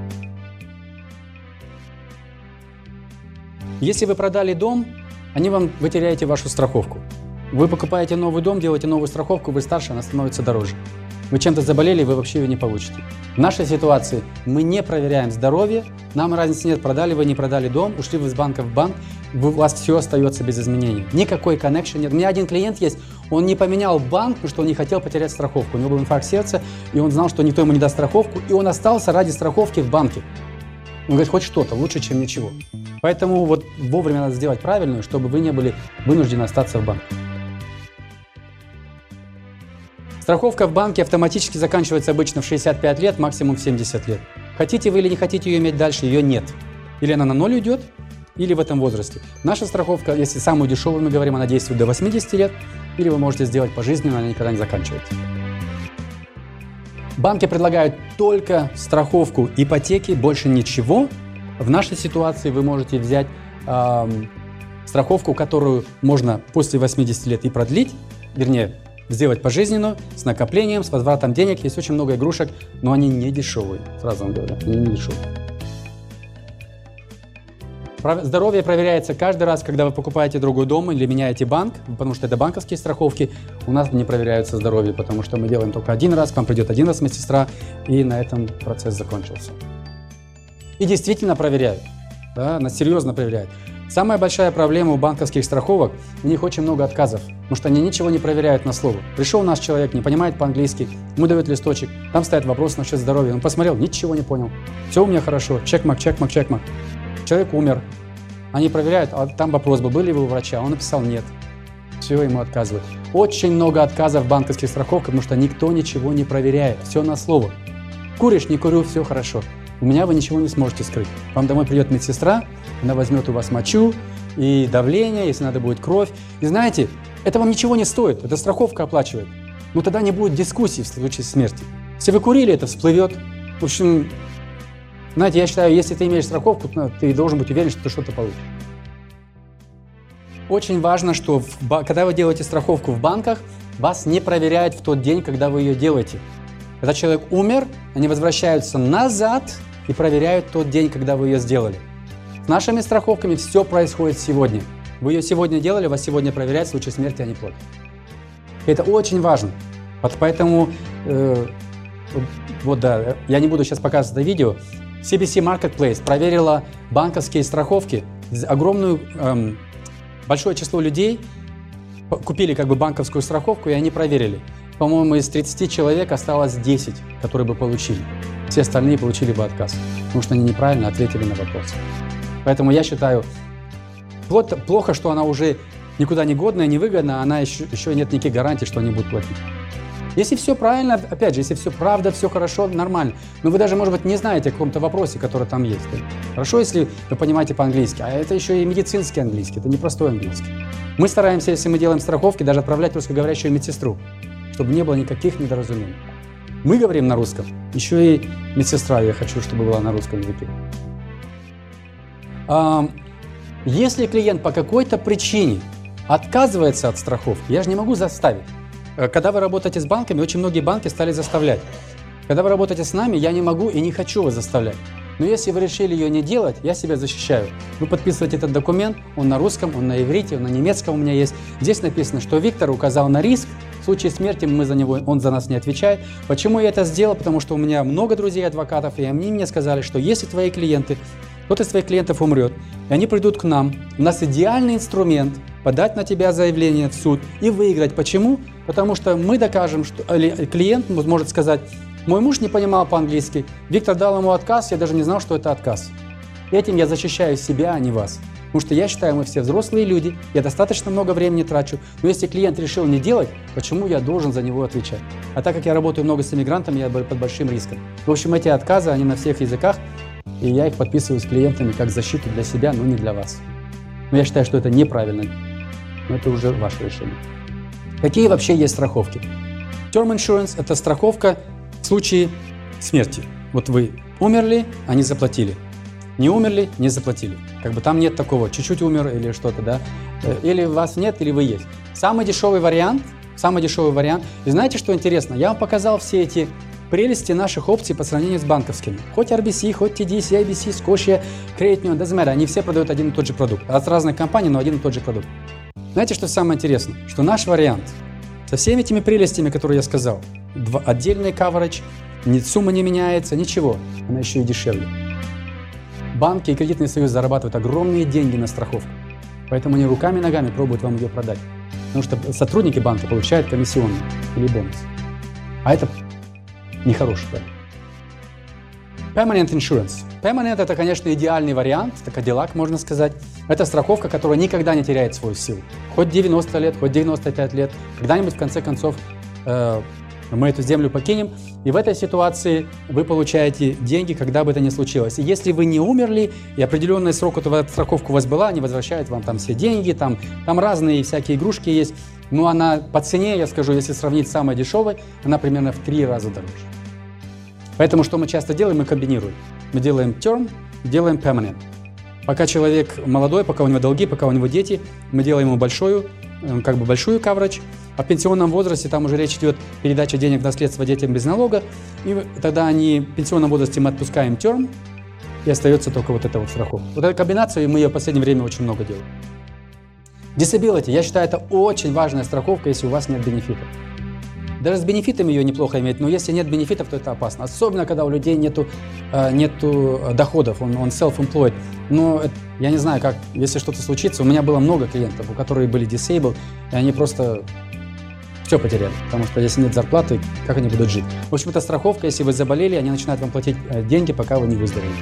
Если вы продали дом, вы теряете вашу страховку. Вы покупаете новый дом, делаете новую страховку, вы старше, она становится дороже. Вы чем-то заболели, вы вообще ее не получите. В нашей ситуации мы не проверяем здоровье, нам разницы нет, продали вы, не продали дом, ушли вы из банка в банк, у вас все остается без изменений. Никакой коннекшн нет. У меня один клиент есть, он не поменял банк, потому что он не хотел потерять страховку. У него был инфаркт сердца, и он знал, что никто ему не даст страховку, и он остался ради страховки в банке. Он говорит, хоть что-то, лучше, чем ничего. Поэтому вот вовремя надо сделать правильную, чтобы вы не были вынуждены остаться в банке. Страховка в банке автоматически заканчивается обычно в 65 лет, максимум в 70 лет. Хотите вы или не хотите ее иметь дальше, ее нет. Или она на 0 уйдет, или в этом возрасте. Наша страховка, если самую дешевую мы говорим, она действует до 80 лет, или вы можете сделать пожизненно, она никогда не заканчивается. Банки предлагают только страховку ипотеки, больше ничего. В нашей ситуации вы можете взять страховку, которую можно после 80 лет и продлить, вернее, сделать пожизненную, с накоплением, с возвратом денег. Есть очень много игрушек, но они не дешевые, сразу вам говорю, они не дешевые. Здоровье проверяется каждый раз, когда вы покупаете другой дом или меняете банк, потому что это банковские страховки. У нас не проверяются здоровье, потому что мы делаем только один раз, к вам придет один раз медсестра, и на этом процесс закончился. И действительно проверяют, да, нас серьезно проверяют. Самая большая проблема у банковских страховок, у них очень много отказов, потому что они ничего не проверяют на слово. Пришел наш человек, не понимает по-английски, ему дают листочек, там стоит вопрос насчет здоровья, он посмотрел, ничего не понял, все у меня хорошо, чекмарк, чекмарк, чекмарк. Человек умер, они проверяют, а там вопрос был, были вы у врача, он написал нет, все, ему отказывают. Очень много отказов в банковских страховках, потому что никто ничего не проверяет, все на слово. Куришь, не курю, все хорошо. У меня вы ничего не сможете скрыть. Вам домой придет медсестра, она возьмет у вас мочу и давление, если надо будет кровь. И знаете, это вам ничего не стоит, это страховка оплачивает. Но тогда не будет дискуссий в случае смерти. Если вы курили, это всплывет. В общем, знаете, я считаю, если ты имеешь страховку, ты должен быть уверен, что ты что-то получишь. Очень важно, что когда вы делаете страховку в банках, вас не проверяют в тот день, когда вы ее делаете. Когда человек умер, они возвращаются назад и проверяют тот день, когда вы ее сделали. С нашими страховками все происходит сегодня. Вы ее сегодня делали, вас сегодня проверяют, в случае смерти они платят. Это очень важно. Поэтому, вот да, я не буду сейчас показывать это видео. CBC Marketplace проверила банковские страховки. Большое число людей купили как бы банковскую страховку, и они проверили. По-моему, из 30 человек осталось 10, которые бы получили. Все остальные получили бы отказ, потому что они неправильно ответили на вопрос. Поэтому я считаю, плохо, что она уже никуда не годная, невыгодна, она еще нет никаких гарантий, что они будут платить. Если все правильно, опять же, если все правда, все хорошо, нормально, но вы даже, может быть, не знаете о каком-то вопросе, который там есть. Хорошо, если вы понимаете по-английски, а это еще и медицинский английский, это не простой английский. Мы стараемся, если мы делаем страховки, даже отправлять русскоговорящую медсестру, чтобы не было никаких недоразумений. Мы говорим на русском, еще и медсестра я хочу, чтобы была на русском языке. Если клиент по какой-то причине отказывается от страховки, я же не могу заставить. Когда вы работаете с банками, очень многие банки стали заставлять. Когда вы работаете с нами, я не могу и не хочу вас заставлять. Но если вы решили ее не делать, я себя защищаю. Вы подписываете этот документ, он на русском, он на иврите, он на немецком у меня есть. Здесь написано, что Виктор указал на риск, в случае смерти он за нас не отвечает. Почему я это сделал? Потому что у меня много друзей-адвокатов, и они мне сказали, что если твои клиенты, кто-то из твоих клиентов умрет, и они придут к нам, у нас идеальный инструмент подать на тебя заявление в суд и выиграть. Почему? Потому что мы докажем, что клиент может сказать: мой муж не понимал по-английски, Виктор дал ему отказ, я даже не знал, что это отказ. Этим я защищаю себя, а не вас. Потому что я считаю, мы все взрослые люди, я достаточно много времени трачу, но если клиент решил не делать, почему я должен за него отвечать? А так как я работаю много с иммигрантами, я под большим риском. В общем, эти отказы, они на всех языках, и я их подписываю с клиентами как защиту для себя, но не для вас. Но я считаю, что это неправильно, но это уже ваше решение. Какие вообще есть страховки? Term Insurance – это страховка в случае смерти. Вот вы умерли, они заплатили. Не умерли, не заплатили. Как бы там нет такого, чуть-чуть умер или что-то, да? Или вас нет, или вы есть. Самый дешевый вариант. И знаете, что интересно? Я вам показал все эти прелести наших опций по сравнению с банковскими. Хоть RBC, хоть TD, CIBC, Scotia, Credit Union, doesn't matter. Они все продают один и тот же продукт. От разных компаний, но один и тот же продукт. Знаете, что самое интересное? Что наш вариант со всеми этими прелестями, которые я сказал, отдельный coverage, сумма не меняется, ничего, она еще и дешевле. Банки и кредитный союз зарабатывают огромные деньги на страховку, поэтому они руками и ногами пробуют вам ее продать, потому что сотрудники банка получают комиссионные или бонус, а это нехороший вариант. Permanent Insurance. Permanent – это, конечно, идеальный вариант, это Cadillac, можно сказать. Это страховка, которая никогда не теряет свою силу. Хоть 90 лет, хоть 95 лет, когда-нибудь, в конце концов, мы эту землю покинем, и в этой ситуации вы получаете деньги, когда бы это ни случилось. И если вы не умерли, и определенный срок эта страховка у вас была, они возвращают вам там все деньги, там разные всякие игрушки есть, но она по цене, я скажу, если сравнить с самой дешевой, она примерно в 3 раза дороже. Поэтому что мы часто делаем, мы комбинируем. Мы делаем term, делаем permanent. Пока человек молодой, пока у него долги, пока у него дети, мы делаем ему большую coverage. А в пенсионном возрасте там уже речь идет передача денег в наследство детям без налога. И тогда в пенсионном возрасте мы отпускаем term, и остается только вот эта вот страховка. Вот эту комбинацию, мы ее в последнее время очень много делаем. Disability, я считаю, это очень важная страховка, если у вас нет бенефитов. Даже с бенефитами ее неплохо иметь, но если нет бенефитов, то это опасно. Особенно, когда у людей нету доходов, он self-employed. Но я не знаю, как, если что-то случится. У меня было много клиентов, у которых были disabled, и они просто все потеряли. Потому что если нет зарплаты, как они будут жить? В общем, это страховка, если вы заболели, они начинают вам платить деньги, пока вы не выздоровеете.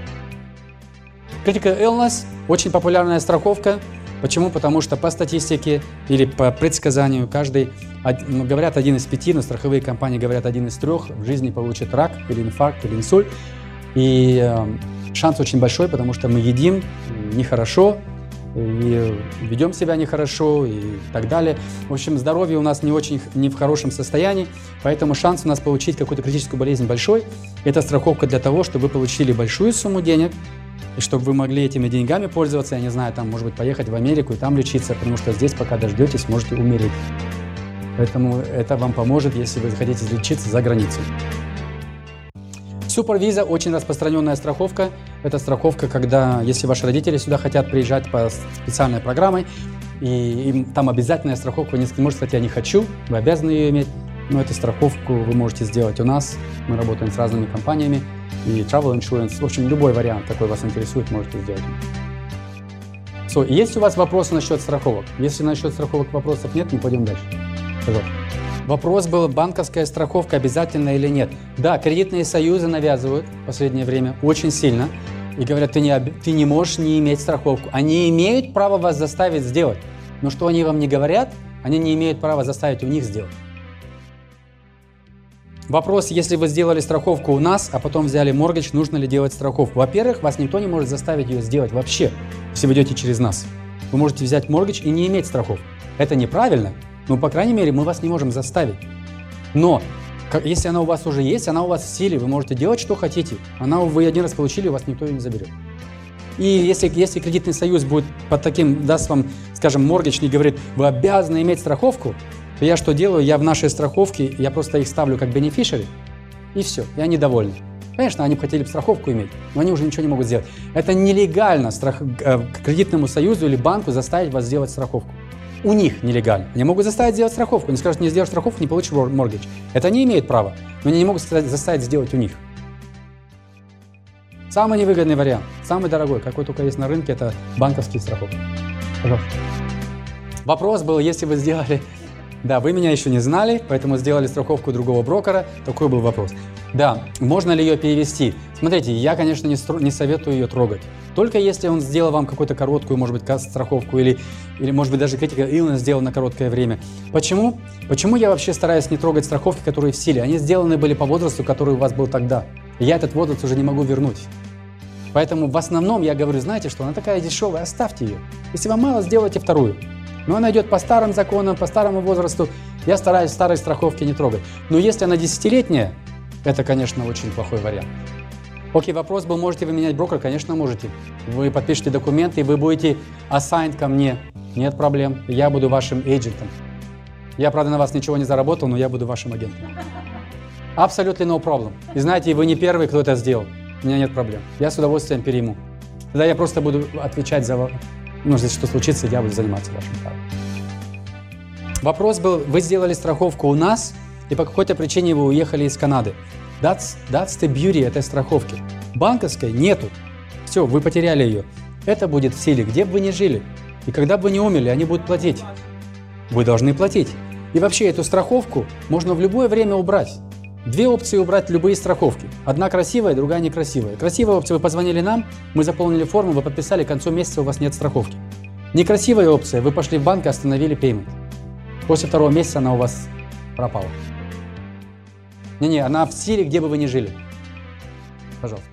Critical Illness – очень популярная страховка. Почему? Потому что по статистике или по предсказанию говорят 1 из 5, но страховые компании говорят 1 из 3 в жизни получит рак или инфаркт или инсульт. И шанс очень большой, потому что мы едим нехорошо, и ведем себя нехорошо и так далее. В общем, здоровье у нас не в хорошем состоянии, поэтому шанс у нас получить какую-то критическую болезнь большой. Это страховка для того, чтобы вы получили большую сумму денег, и чтобы вы могли этими деньгами пользоваться, я не знаю, там, может быть, поехать в Америку и там лечиться, потому что здесь, пока дождетесь, можете умереть. Поэтому это вам поможет, если вы захотите лечиться за границей. Супервиза – очень распространенная страховка. Это страховка, если ваши родители сюда хотят приезжать по специальной программе, и им там обязательная страховка, вы не можете сказать «я не хочу», вы обязаны ее иметь. но эту страховку вы можете сделать у нас. Мы работаем с разными компаниями, и travel insurance, в общем, любой вариант, какой вас интересует, можете сделать. Есть у вас вопросы насчет страховок? Если насчет страховок вопросов нет, мы пойдем дальше. Пожалуйста. Вопрос был, банковская страховка обязательна или нет? Да, кредитные союзы навязывают в последнее время очень сильно и говорят, ты не можешь не иметь страховку. Они имеют право вас заставить сделать, но что они вам не говорят, они не имеют права заставить у них сделать. Вопрос, если вы сделали страховку у нас, а потом взяли моргидж, нужно ли делать страховку? Во-первых, вас никто не может заставить ее сделать вообще, если вы идете через нас. Вы можете взять моргидж и не иметь страховку. Это неправильно, но, по крайней мере, мы вас не можем заставить. Но, если она у вас уже есть, она у вас в силе, вы можете делать, что хотите. Вы один раз получили, у вас никто ее не заберет. И если кредитный союз будет под таким, даст вам, скажем, моргидж и говорит, вы обязаны иметь страховку, то я что делаю? Я в нашей страховке, я просто их ставлю как бенефишери, и все, и они довольны. Конечно, они бы хотели страховку иметь, но они уже ничего не могут сделать. Это нелегально кредитному союзу или банку заставить вас сделать страховку. У них нелегально. Они могут заставить сделать страховку. Они скажут, не сделаешь страховку, не получишь моргидж. Это они имеют право, но они не могут заставить сделать у них. Самый невыгодный вариант, самый дорогой, какой только есть на рынке, это банковские страховки. Пожалуйста. Вопрос был, если вы сделали... Да, вы меня еще не знали, поэтому сделали страховку другого брокера. Такой был вопрос. Да, можно ли ее перевести? Смотрите, я, конечно, не советую ее трогать. Только если он сделал вам какую-то короткую, может быть, страховку или может быть, даже critical illness сделал на короткое время. Почему? Почему я вообще стараюсь не трогать страховки, которые в силе? Они сделаны были по возрасту, который у вас был тогда. И я этот возраст уже не могу вернуть. Поэтому в основном я говорю, знаете что, она такая дешевая, оставьте ее. Если вам мало, сделайте вторую. Но она идет по старым законам, по старому возрасту. Я стараюсь старые страховки не трогать. Но если она 10-летняя, это, конечно, очень плохой вариант. Окей, вопрос был, можете вы менять брокера? Конечно, можете. Вы подпишете документы, и вы будете assigned ко мне. Нет проблем, я буду вашим эйджентом. Я, правда, на вас ничего не заработал, но я буду вашим агентом. Absolutely no problem. И знаете, вы не первый, кто это сделал. У меня нет проблем. Я с удовольствием перейму. Тогда я просто буду отвечать за вас. Ну, если что случится, я буду заниматься вашим правом. Вопрос был, вы сделали страховку у нас, и по какой-то причине вы уехали из Канады. That's the beauty этой страховки. Банковской нету. Все, вы потеряли ее. Это будет в силе, где бы вы ни жили. И когда бы вы не умерли, они будут платить. Вы должны платить. И вообще эту страховку можно в любое время убрать. Две опции убрать любые страховки. Одна красивая, другая некрасивая. Красивая опция, вы позвонили нам, мы заполнили форму, вы подписали, к концу месяца у вас нет страховки. Некрасивая опция, вы пошли в банк и остановили payment. После второго месяца она у вас пропала. Не-не, она в силе, где бы вы ни жили. Пожалуйста.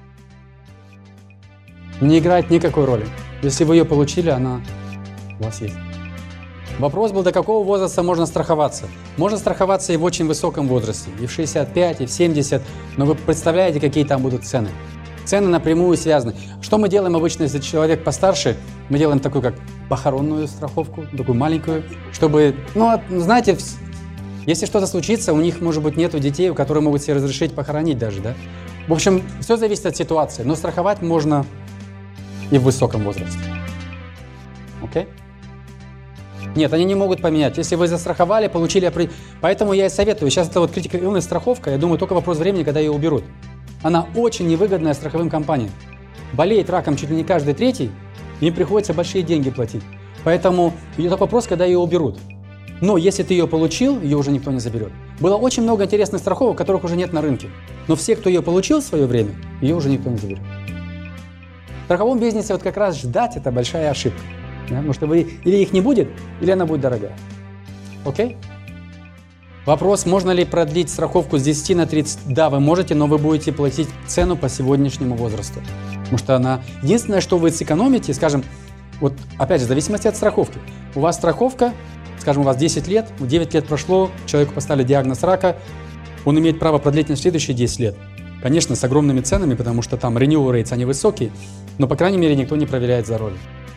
Не играет никакой роли. Если вы ее получили, она у вас есть. Вопрос был, до какого возраста можно страховаться? Можно страховаться и в очень высоком возрасте, и в 65, и в 70, но вы представляете, какие там будут цены. Цены напрямую связаны. Что мы делаем обычно, если человек постарше? Мы делаем такую, как похоронную страховку, такую маленькую, чтобы, знаете, если что-то случится, у них, может быть, нету детей, которые могут себе разрешить похоронить даже, да? В общем, все зависит от ситуации, но страховать можно и в высоком возрасте. Окей? Нет, они не могут поменять. Если вы застраховали, получили... Поэтому я и советую. Сейчас это вот critical illness страховка, я думаю, только вопрос времени, когда ее уберут. Она очень невыгодная страховым компаниям. Болеет раком чуть ли не каждый третий, им приходится большие деньги платить. Поэтому это вопрос, когда ее уберут. Но если ты ее получил, ее уже никто не заберет. Было очень много интересных страховок, которых уже нет на рынке. Но все, кто ее получил в свое время, ее уже никто не заберет. В страховом бизнесе вот как раз ждать – это большая ошибка. Да? Потому что или их не будет, или она будет дорогая. Окей? Вопрос, можно ли продлить страховку с 10 на 30? Да, вы можете, но вы будете платить цену по сегодняшнему возрасту. Потому что она... Единственное, что вы сэкономите, скажем, вот опять же, в зависимости от страховки. У вас страховка, скажем, у вас 10 лет, 9 лет прошло, человеку поставили диагноз рака, он имеет право продлить на следующие 10 лет. Конечно, с огромными ценами, потому что там renewal rates, они высокие, но, по крайней мере, никто не проверяет здоровье.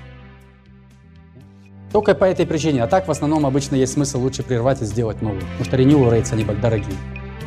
Только по этой причине. А так, в основном, обычно есть смысл лучше прервать и сделать новую. Потому что renewal rates, они дорогие.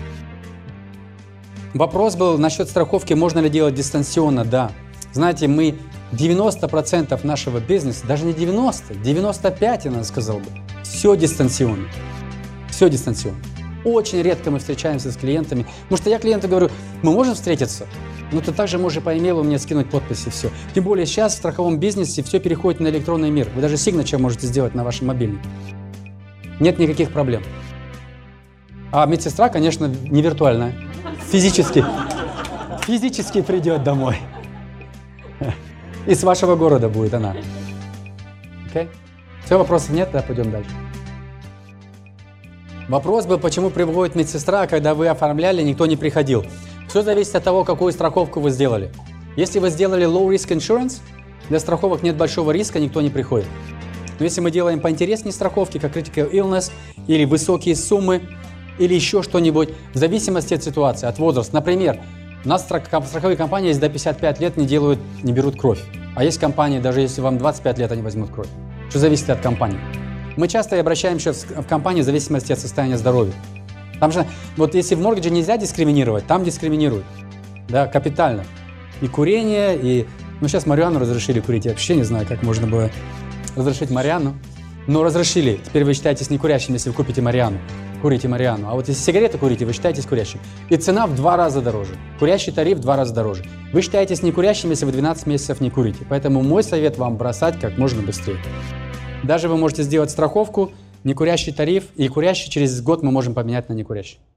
Вопрос был насчет страховки, можно ли делать дистанционно. Да. Знаете, мы 90% нашего бизнеса, даже не 90, 95, я сказал бы, все дистанционно. Все дистанционно. Очень редко мы встречаемся с клиентами. Потому что я клиенту говорю, мы можем встретиться? Но ты также можешь по имейлу мне скинуть подпись и все. Тем более сейчас в страховом бизнесе все переходит на электронный мир. Вы даже signature можете сделать на вашем мобильнике. Нет никаких проблем. А медсестра, конечно, не виртуальная. Физически придет домой. Из вашего города будет она. Окей? Все, вопросов нет? Да, пойдем дальше. Вопрос был, почему приходит медсестра, а когда вы оформляли, никто не приходил. Все зависит от того, какую страховку вы сделали. Если вы сделали low risk insurance, для страховок нет большого риска, никто не приходит. Но если мы делаем поинтереснее страховки, как critical illness, или высокие суммы, или еще что-нибудь, в зависимости от ситуации, от возраста. Например, у нас страховые компании, если до 55 лет не берут кровь. А есть компании, даже если вам 25 лет, они возьмут кровь. Что зависит от компании. Мы часто обращаемся в компании в зависимости от состояния здоровья. Там же, вот если в моргидже нельзя дискриминировать, там дискриминируют. Да, капитально. И курение, и... Ну, сейчас марихуану разрешили курить. Я вообще не знаю, как можно было разрешить марихуану. Но разрешили. Теперь вы считаетесь некурящим, если вы купите марихуану. Курите марихуану. А вот если сигареты курите, вы считаетесь курящим. И цена в 2 раза дороже. Курящий тариф в 2 раза дороже. Вы считаетесь некурящим, если вы 12 месяцев не курите. Поэтому мой совет вам бросать как можно быстрее. Даже вы можете сделать страховку, некурящий тариф, и курящий через год мы можем поменять на некурящий.